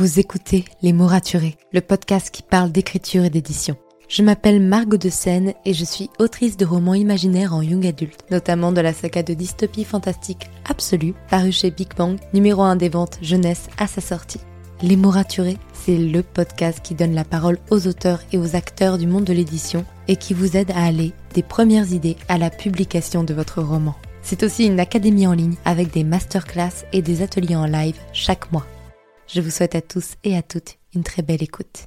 Vous écoutez Les Mots Raturés, le podcast qui parle d'écriture et d'édition. Je m'appelle Margot de Seine et je suis autrice de romans imaginaires en young adulte, notamment de la saga de dystopie fantastique Absolue, parue chez Big Bang, numéro 1 des ventes jeunesse à sa sortie. Les Mots Raturés, c'est le podcast qui donne la parole aux auteurs et aux acteurs du monde de l'édition et qui vous aide à aller des premières idées à la publication de votre roman. C'est aussi une académie en ligne avec des masterclass et des ateliers en live chaque mois. Je vous souhaite à tous et à toutes une très belle écoute.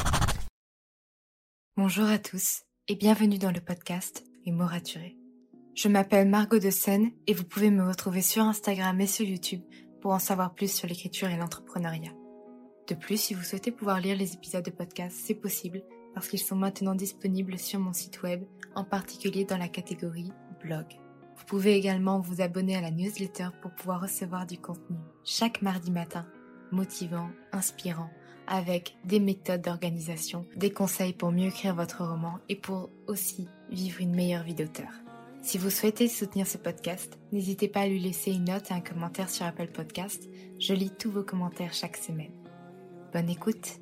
Bonjour à tous et bienvenue dans le podcast Les Mots Raturés. Je m'appelle Margot de Seine et vous pouvez me retrouver sur Instagram et sur YouTube pour en savoir plus sur l'écriture et l'entrepreneuriat. De plus, si vous souhaitez pouvoir lire les épisodes de podcast, c'est possible parce qu'ils sont maintenant disponibles sur mon site web, en particulier dans la catégorie blog. Vous pouvez également vous abonner à la newsletter pour pouvoir recevoir du contenu chaque mardi matin, motivant, inspirant, avec des méthodes d'organisation, des conseils pour mieux écrire votre roman et pour aussi vivre une meilleure vie d'auteur. Si vous souhaitez soutenir ce podcast, n'hésitez pas à lui laisser une note et un commentaire sur Apple Podcast. Je lis tous vos commentaires chaque semaine. Bonne écoute.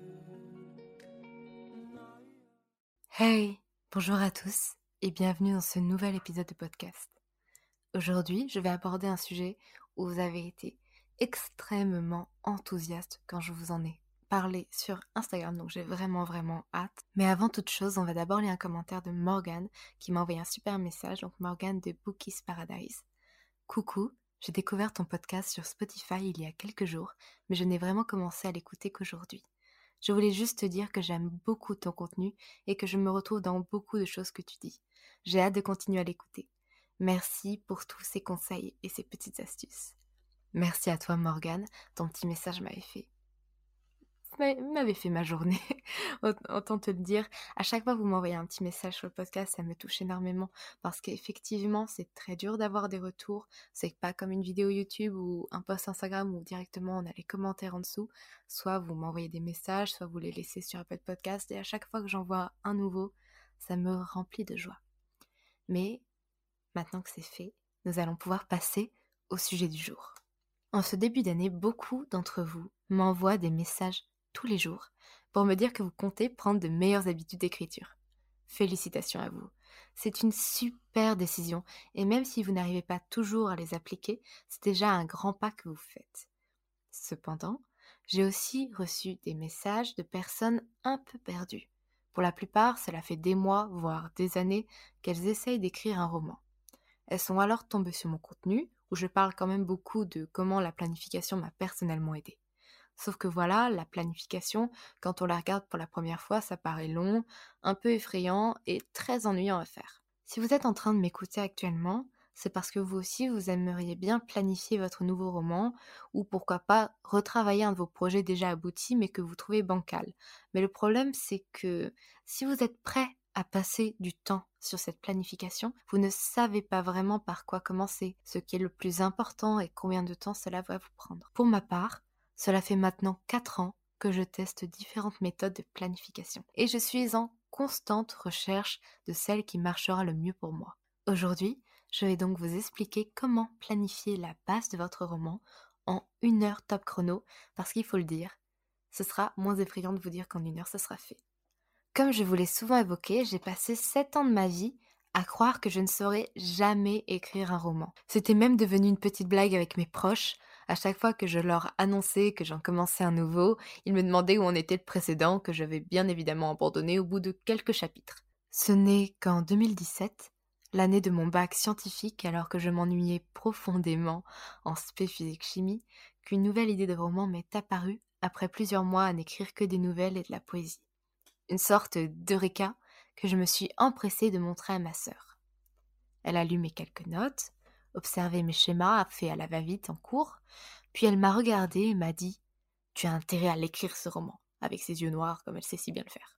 Hey, bonjour à tous et bienvenue dans ce nouvel épisode de podcast. Aujourd'hui, je vais aborder un sujet où vous avez été extrêmement enthousiaste quand je vous en ai parlé sur Instagram, donc j'ai vraiment hâte. Mais avant toute chose, on va d'abord lire un commentaire de Morgane qui m'a envoyé un super message, donc Morgane de Bookies Paradise. Coucou, j'ai découvert ton podcast sur Spotify il y a quelques jours, mais je n'ai vraiment commencé à l'écouter qu'aujourd'hui. Je voulais juste te dire que j'aime beaucoup ton contenu et que je me retrouve dans beaucoup de choses que tu dis. J'ai hâte de continuer à l'écouter. Merci pour tous ces conseils et ces petites astuces. Merci à toi Morgane, ton petit message m'avait fait ma journée, autant te le dire. À chaque fois que vous m'envoyez un petit message sur le podcast, ça me touche énormément parce qu'effectivement c'est très dur d'avoir des retours. C'est pas comme une vidéo YouTube ou un post Instagram où directement on a les commentaires en dessous. Soit vous m'envoyez des messages, soit vous les laissez sur Apple Podcast et à chaque fois que j'envoie un nouveau, ça me remplit de joie. Mais maintenant que c'est fait, nous allons pouvoir passer au sujet du jour. En ce début d'année, beaucoup d'entre vous m'envoient des messages tous les jours pour me dire que vous comptez prendre de meilleures habitudes d'écriture. Félicitations à vous. C'est une super décision et même si vous n'arrivez pas toujours à les appliquer, c'est déjà un grand pas que vous faites. Cependant, j'ai aussi reçu des messages de personnes un peu perdues. Pour la plupart, cela fait des mois, voire des années, qu'elles essayent d'écrire un roman. Elles sont alors tombées sur mon contenu, où je parle quand même beaucoup de comment la planification m'a personnellement aidée. Sauf que voilà, la planification, quand on la regarde pour la première fois, ça paraît long, un peu effrayant et très ennuyant à faire. Si vous êtes en train de m'écouter actuellement, c'est parce que vous aussi, vous aimeriez bien planifier votre nouveau roman, ou pourquoi pas retravailler un de vos projets déjà aboutis, mais que vous trouvez bancal. Mais le problème, c'est que si vous êtes prêt à passer du temps sur cette planification, vous ne savez pas vraiment par quoi commencer, ce qui est le plus important et combien de temps cela va vous prendre. Pour ma part, cela fait maintenant 4 ans que je teste différentes méthodes de planification et je suis en constante recherche de celle qui marchera le mieux pour moi. Aujourd'hui, je vais donc vous expliquer comment planifier la base de votre roman en 1 heure top chrono, parce qu'il faut le dire, ce sera moins effrayant de vous dire qu'en 1 heure ce sera fait. Comme je vous l'ai souvent évoqué, j'ai passé 7 ans de ma vie à croire que je ne saurais jamais écrire un roman. C'était même devenu une petite blague avec mes proches. À chaque fois que je leur annonçais que j'en commençais un nouveau, ils me demandaient où en était le précédent, que j'avais bien évidemment abandonné au bout de quelques chapitres. Ce n'est qu'en 2017, l'année de mon bac scientifique, alors que je m'ennuyais profondément en spé physique-chimie, qu'une nouvelle idée de roman m'est apparue après plusieurs mois à n'écrire que des nouvelles et de la poésie. Une sorte d'eureka que je me suis empressée de montrer à ma sœur. Elle a lu mes quelques notes, observé mes schémas faits à la va-vite en cours, puis elle m'a regardée et m'a dit « Tu as intérêt à l'écrire ce roman », avec ses yeux noirs comme elle sait si bien le faire.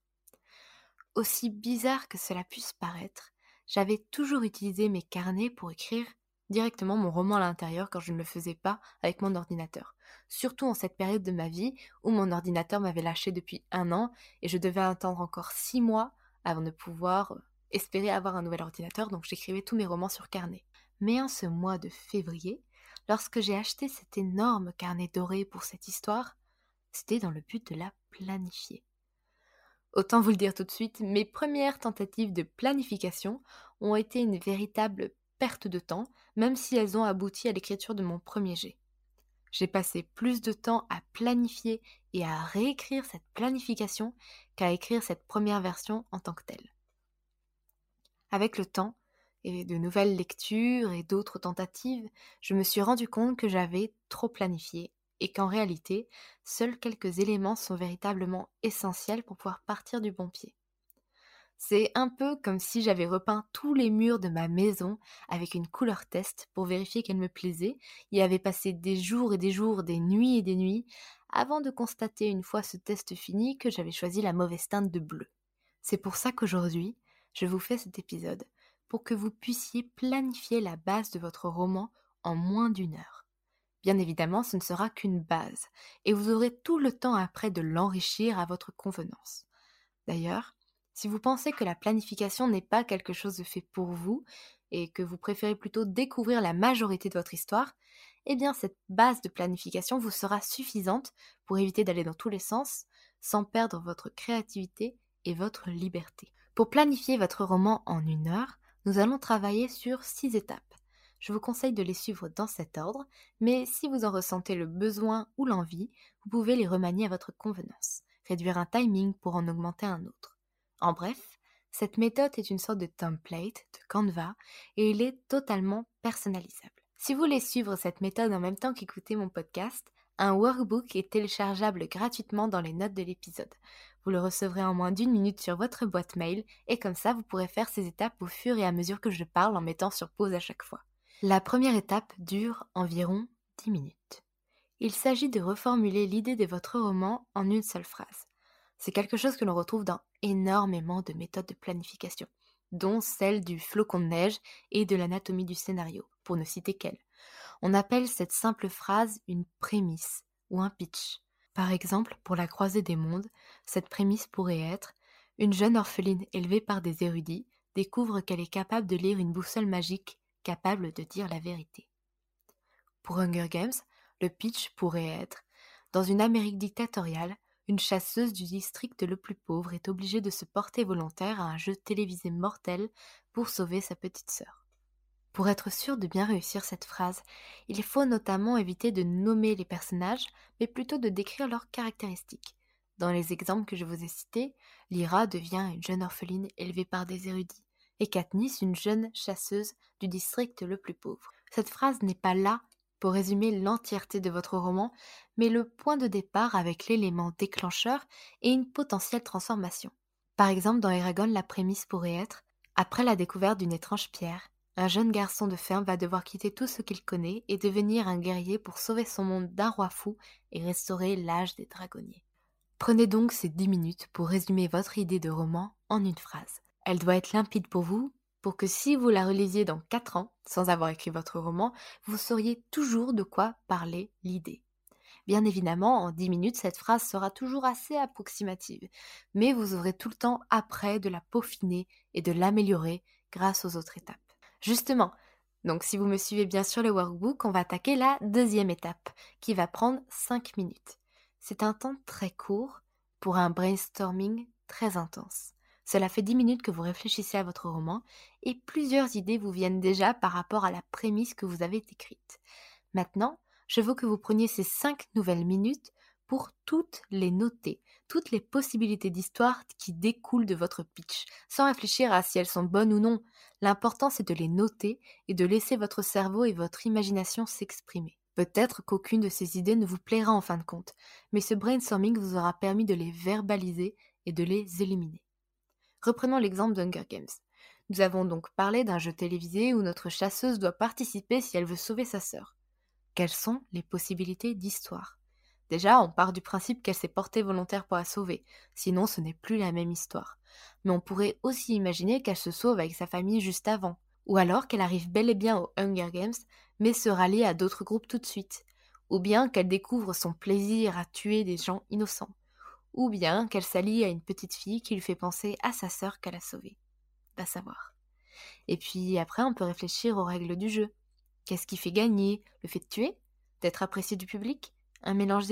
Aussi bizarre que cela puisse paraître, j'avais toujours utilisé mes carnets pour écrire directement mon roman à l'intérieur quand je ne le faisais pas avec mon ordinateur. Surtout en cette période de ma vie où mon ordinateur m'avait lâché depuis 1 an et je devais attendre encore 6 mois avant de pouvoir espérer avoir un nouvel ordinateur, donc j'écrivais tous mes romans sur carnet. Mais en ce mois de février, lorsque j'ai acheté cet énorme carnet doré pour cette histoire, c'était dans le but de la planifier. Autant vous le dire tout de suite, mes premières tentatives de planification ont été une véritable perte de temps, même si elles ont abouti à l'écriture de mon premier jet. J'ai passé plus de temps à planifier et à réécrire cette planification qu'à écrire cette première version en tant que telle. Avec le temps, et de nouvelles lectures et d'autres tentatives, je me suis rendu compte que j'avais trop planifié et qu'en réalité, seuls quelques éléments sont véritablement essentiels pour pouvoir partir du bon pied. C'est un peu comme si j'avais repeint tous les murs de ma maison avec une couleur test pour vérifier qu'elle me plaisait et avait passé des jours et des jours, des nuits et des nuits, avant de constater une fois ce test fini que j'avais choisi la mauvaise teinte de bleu. C'est pour ça qu'aujourd'hui, je vous fais cet épisode, pour que vous puissiez planifier la base de votre roman en moins d'1 heure. Bien évidemment, ce ne sera qu'une base, et vous aurez tout le temps après de l'enrichir à votre convenance. D'ailleurs, si vous pensez que la planification n'est pas quelque chose de fait pour vous, et que vous préférez plutôt découvrir la majorité de votre histoire, eh bien cette base de planification vous sera suffisante pour éviter d'aller dans tous les sens, sans perdre votre créativité et votre liberté. Pour planifier votre roman en 1 heure, nous allons travailler sur 6 étapes. Je vous conseille de les suivre dans cet ordre, mais si vous en ressentez le besoin ou l'envie, vous pouvez les remanier à votre convenance, réduire un timing pour en augmenter un autre. En bref, cette méthode est une sorte de template, de Canva, et il est totalement personnalisable. Si vous voulez suivre cette méthode en même temps qu'écouter mon podcast, un workbook est téléchargeable gratuitement dans les notes de l'épisode. Vous le recevrez en moins d'1 minute sur votre boîte mail et comme ça vous pourrez faire ces étapes au fur et à mesure que je parle en mettant sur pause à chaque fois. La première étape dure environ 10 minutes. Il s'agit de reformuler l'idée de votre roman en une seule phrase. C'est quelque chose que l'on retrouve dans énormément de méthodes de planification, dont celle du flocon de neige et de l'anatomie du scénario, pour ne citer qu'elle. On appelle cette simple phrase une prémisse ou un pitch. Par exemple, pour La Croisée des mondes, cette prémisse pourrait être: une jeune orpheline élevée par des érudits découvre qu'elle est capable de lire une boussole magique capable de dire la vérité. Pour Hunger Games, le pitch pourrait être: dans une Amérique dictatoriale, une chasseuse du district le plus pauvre est obligée de se porter volontaire à un jeu télévisé mortel pour sauver sa petite sœur. Pour être sûr de bien réussir cette phrase, il faut notamment éviter de nommer les personnages, mais plutôt de décrire leurs caractéristiques. Dans les exemples que je vous ai cités, Lyra devient une jeune orpheline élevée par des érudits, et Katniss une jeune chasseuse du district le plus pauvre. Cette phrase n'est pas là pour résumer l'entièreté de votre roman, mais le point de départ avec l'élément déclencheur et une potentielle transformation. Par exemple, dans Eragon, la prémisse pourrait être: après la découverte d'une étrange pierre, un jeune garçon de ferme va devoir quitter tout ce qu'il connaît et devenir un guerrier pour sauver son monde d'un roi fou et restaurer l'âge des dragonniers. Prenez donc ces 10 minutes pour résumer votre idée de roman en une phrase. Elle doit être limpide pour que si vous la relisiez dans 4 ans, sans avoir écrit votre roman, vous sauriez toujours de quoi parler l'idée. Bien évidemment, en 10 minutes, cette phrase sera toujours assez approximative, mais vous aurez tout le temps après de la peaufiner et de l'améliorer grâce aux autres étapes. Justement, donc si vous me suivez bien sur le workbook, on va attaquer la deuxième étape, qui va prendre 5 minutes. C'est un temps très court pour un brainstorming très intense. Cela fait 10 minutes que vous réfléchissez à votre roman et plusieurs idées vous viennent déjà par rapport à la prémisse que vous avez écrite. Maintenant, je veux que vous preniez ces 5 nouvelles minutes pour toutes les noter, toutes les possibilités d'histoire qui découlent de votre pitch, sans réfléchir à si elles sont bonnes ou non. L'important, c'est de les noter et de laisser votre cerveau et votre imagination s'exprimer. Peut-être qu'aucune de ces idées ne vous plaira en fin de compte, mais ce brainstorming vous aura permis de les verbaliser et de les éliminer. Reprenons l'exemple d'Hunger Games. Nous avons donc parlé d'un jeu télévisé où notre chasseuse doit participer si elle veut sauver sa sœur. Quelles sont les possibilités d'histoire ? Déjà, on part du principe qu'elle s'est portée volontaire pour la sauver, sinon ce n'est plus la même histoire. Mais on pourrait aussi imaginer qu'elle se sauve avec sa famille juste avant, ou alors qu'elle arrive bel et bien aux Hunger Games, mais se rallie à d'autres groupes tout de suite, ou bien qu'elle découvre son plaisir à tuer des gens innocents, ou bien qu'elle s'allie à une petite fille qui lui fait penser à sa sœur qu'elle a sauvée. Va savoir. Et puis après, on peut réfléchir aux règles du jeu. Qu'est-ce qui fait gagner ? Le fait de tuer ? D'être apprécié du public ? Un mélange des deux ?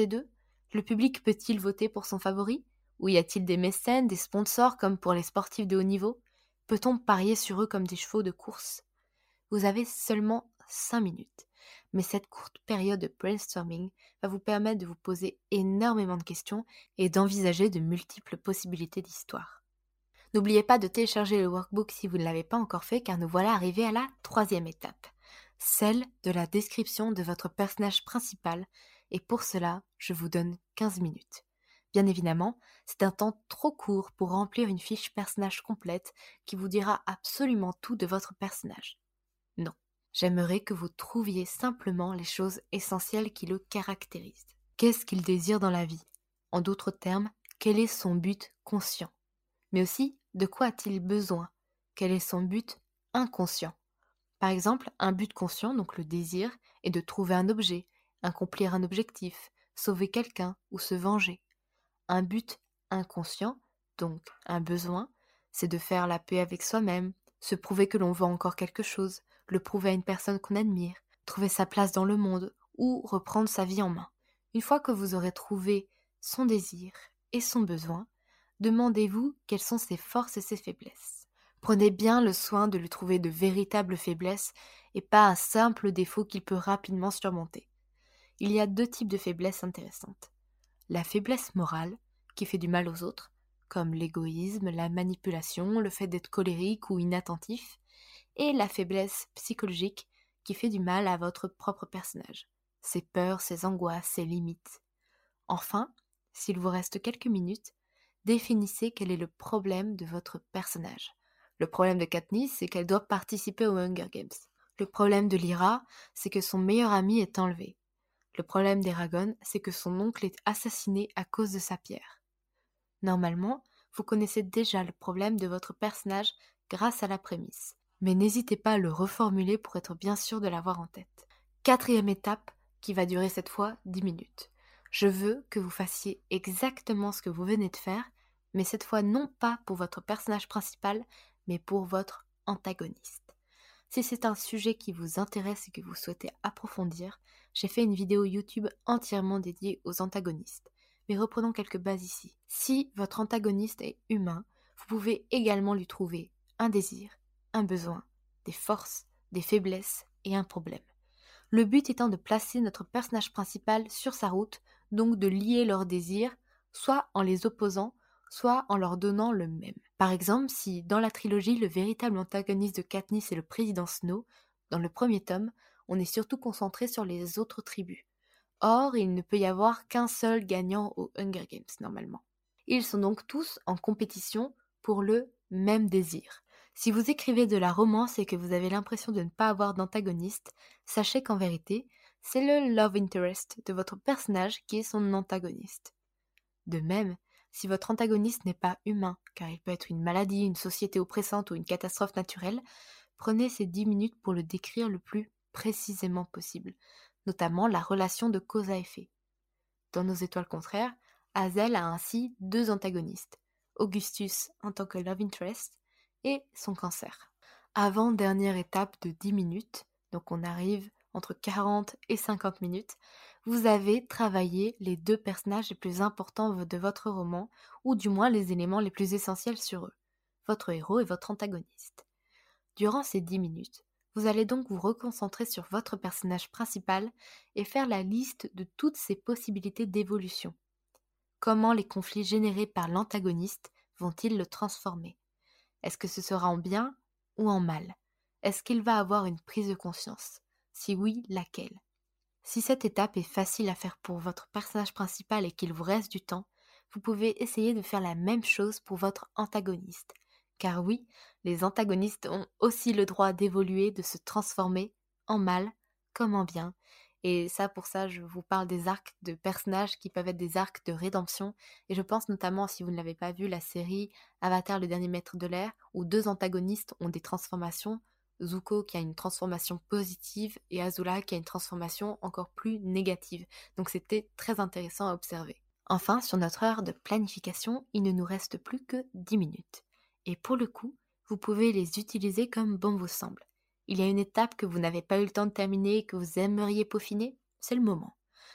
Le public peut-il voter pour son favori? Ou y a-t-il des mécènes, des sponsors comme pour les sportifs de haut niveau? Peut-on parier sur eux comme des chevaux de course? Vous avez seulement 5 minutes. Mais cette courte période de brainstorming va vous permettre de vous poser énormément de questions et d'envisager de multiples possibilités d'histoire. N'oubliez pas de télécharger le workbook si vous ne l'avez pas encore fait, car nous voilà arrivés à la troisième étape, celle de la description de votre personnage principal, et pour cela, je vous donne 15 minutes. Bien évidemment, c'est un temps trop court pour remplir une fiche personnage complète qui vous dira absolument tout de votre personnage. Non, j'aimerais que vous trouviez simplement les choses essentielles qui le caractérisent. Qu'est-ce qu'il désire dans la vie? En d'autres termes, quel est son but conscient? Mais aussi, de quoi a-t-il besoin? Quel est son but inconscient? Par exemple, un but conscient, donc le désir, est de trouver un objet, accomplir un objectif, sauver quelqu'un ou se venger. Un but inconscient, donc un besoin, c'est de faire la paix avec soi-même, se prouver que l'on vaut encore quelque chose, le prouver à une personne qu'on admire, trouver sa place dans le monde ou reprendre sa vie en main. Une fois que vous aurez trouvé son désir et son besoin, demandez-vous quelles sont ses forces et ses faiblesses. Prenez bien le soin de lui trouver de véritables faiblesses et pas un simple défaut qu'il peut rapidement surmonter. Il y a 2 types de faiblesses intéressantes. La faiblesse morale, qui fait du mal aux autres, comme l'égoïsme, la manipulation, le fait d'être colérique ou inattentif, et la faiblesse psychologique, qui fait du mal à votre propre personnage, ses peurs, ses angoisses, ses limites. Enfin, s'il vous reste quelques minutes, définissez quel est le problème de votre personnage. Le problème de Katniss, c'est qu'elle doit participer aux Hunger Games. Le problème de Lyra, c'est que son meilleur ami est enlevé. Le problème d'Eragon, c'est que son oncle est assassiné à cause de sa pierre. Normalement, vous connaissez déjà le problème de votre personnage grâce à la prémisse, mais n'hésitez pas à le reformuler pour être bien sûr de l'avoir en tête. 4e étape, qui va durer cette fois 10 minutes. Je veux que vous fassiez exactement ce que vous venez de faire, mais cette fois non pas pour votre personnage principal, mais pour votre antagoniste. Si c'est un sujet qui vous intéresse et que vous souhaitez approfondir, j'ai fait une vidéo YouTube entièrement dédiée aux antagonistes. Mais reprenons quelques bases ici. Si votre antagoniste est humain, vous pouvez également lui trouver un désir, un besoin, des forces, des faiblesses et un problème. Le but étant de placer notre personnage principal sur sa route, donc de lier leurs désirs, soit en les opposant, soit en leur donnant le même. Par exemple, si dans la trilogie, le véritable antagoniste de Katniss est le président Snow, dans le premier tome, on est surtout concentré sur les autres tribus. Or, il ne peut y avoir qu'un seul gagnant aux Hunger Games, normalement. Ils sont donc tous en compétition pour le même désir. Si vous écrivez de la romance et que vous avez l'impression de ne pas avoir d'antagoniste, sachez qu'en vérité, c'est le love interest de votre personnage qui est son antagoniste. De même, si votre antagoniste n'est pas humain, car il peut être une maladie, une société oppressante ou une catastrophe naturelle, prenez ces 10 minutes pour le décrire le plus précisément possible, notamment la relation de cause à effet. Dans Nos étoiles contraires, Hazel a ainsi 2 antagonistes, Augustus en tant que love interest et son cancer. Avant-dernière étape de 10 minutes, donc on arrive entre 40 et 50 minutes, vous avez travaillé les 2 personnages les plus importants de votre roman, ou du moins les éléments les plus essentiels sur eux, votre héros et votre antagoniste. Durant ces 10 minutes, vous allez donc vous reconcentrer sur votre personnage principal et faire la liste de toutes ses possibilités d'évolution. Comment les conflits générés par l'antagoniste vont-ils le transformer? Est-ce que ce sera en bien ou en mal? Est-ce qu'il va avoir une prise de conscience? Si oui, laquelle? Si cette étape est facile à faire pour votre personnage principal et qu'il vous reste du temps, vous pouvez essayer de faire la même chose pour votre antagoniste. Car oui, les antagonistes ont aussi le droit d'évoluer, de se transformer en mal comme en bien. Et ça, pour ça, je vous parle des arcs de personnages qui peuvent être des arcs de rédemption. Et je pense notamment, si vous ne l'avez pas vu, la série Avatar, le dernier maître de l'air, où 2 antagonistes ont des transformations. Zuko qui a une transformation positive et Azula qui a une transformation encore plus négative. Donc c'était très intéressant à observer. Enfin, sur notre heure de planification, il ne nous reste plus que 10 minutes. Et pour le coup, vous pouvez les utiliser comme bon vous semble. Il y a une étape que vous n'avez pas eu le temps de terminer et que vous aimeriez peaufiner, c'est le moment.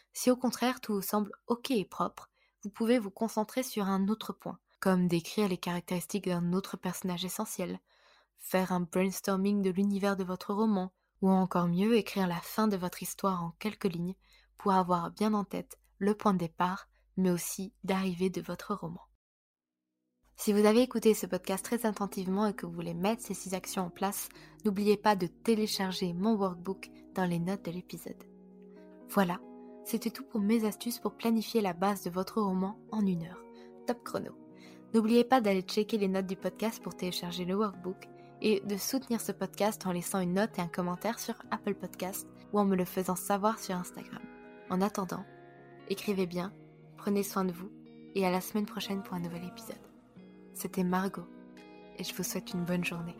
Si au contraire tout vous semble ok et propre, vous pouvez vous concentrer sur un autre point, comme décrire les caractéristiques d'un autre personnage essentiel, faire un brainstorming de l'univers de votre roman, ou encore mieux écrire la fin de votre histoire en quelques lignes pour avoir bien en tête le point de départ, mais aussi d'arrivée de votre roman. Si vous avez écouté ce podcast très attentivement et que vous voulez mettre ces 6 actions en place, n'oubliez pas de télécharger mon workbook dans les notes de l'épisode. Voilà, c'était tout pour mes astuces pour planifier la base de votre roman en 1 heure. Top chrono. N'oubliez pas d'aller checker les notes du podcast pour télécharger le workbook et de soutenir ce podcast en laissant une note et un commentaire sur Apple Podcast ou en me le faisant savoir sur Instagram. En attendant, écrivez bien, prenez soin de vous et à la semaine prochaine pour un nouvel épisode. C'était Margot et je vous souhaite une bonne journée.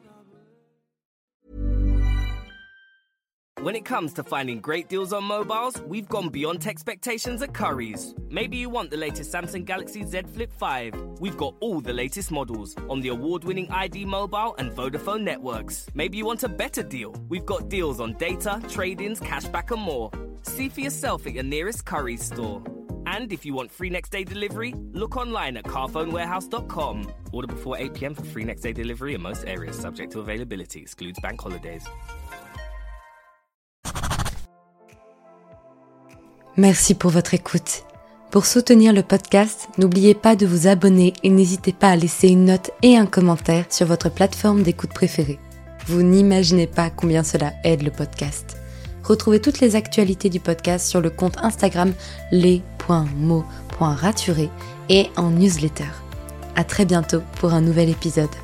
When it comes to finding great deals on mobiles, we've gone beyond expectations at Currys. Maybe you want the latest Samsung Galaxy Z Flip 5. We've got all the latest models on the award-winning ID Mobile and Vodafone networks. Maybe you want a better deal. We've got deals on data, trade-ins, cashback and more. See for yourself at your nearest Currys store. And if you want free next-day delivery, look online at carphonewarehouse.com. Order before 8 p.m. for free next-day delivery in most areas, subject to availability, excludes bank holidays. Merci pour votre écoute. Pour soutenir le podcast, n'oubliez pas de vous abonner et n'hésitez pas à laisser une note et un commentaire sur votre plateforme d'écoute préférée. Vous n'imaginez pas combien cela aide le podcast. Retrouvez toutes les actualités du podcast sur le compte Instagram les.mots.raturés et en newsletter. À très bientôt pour un nouvel épisode.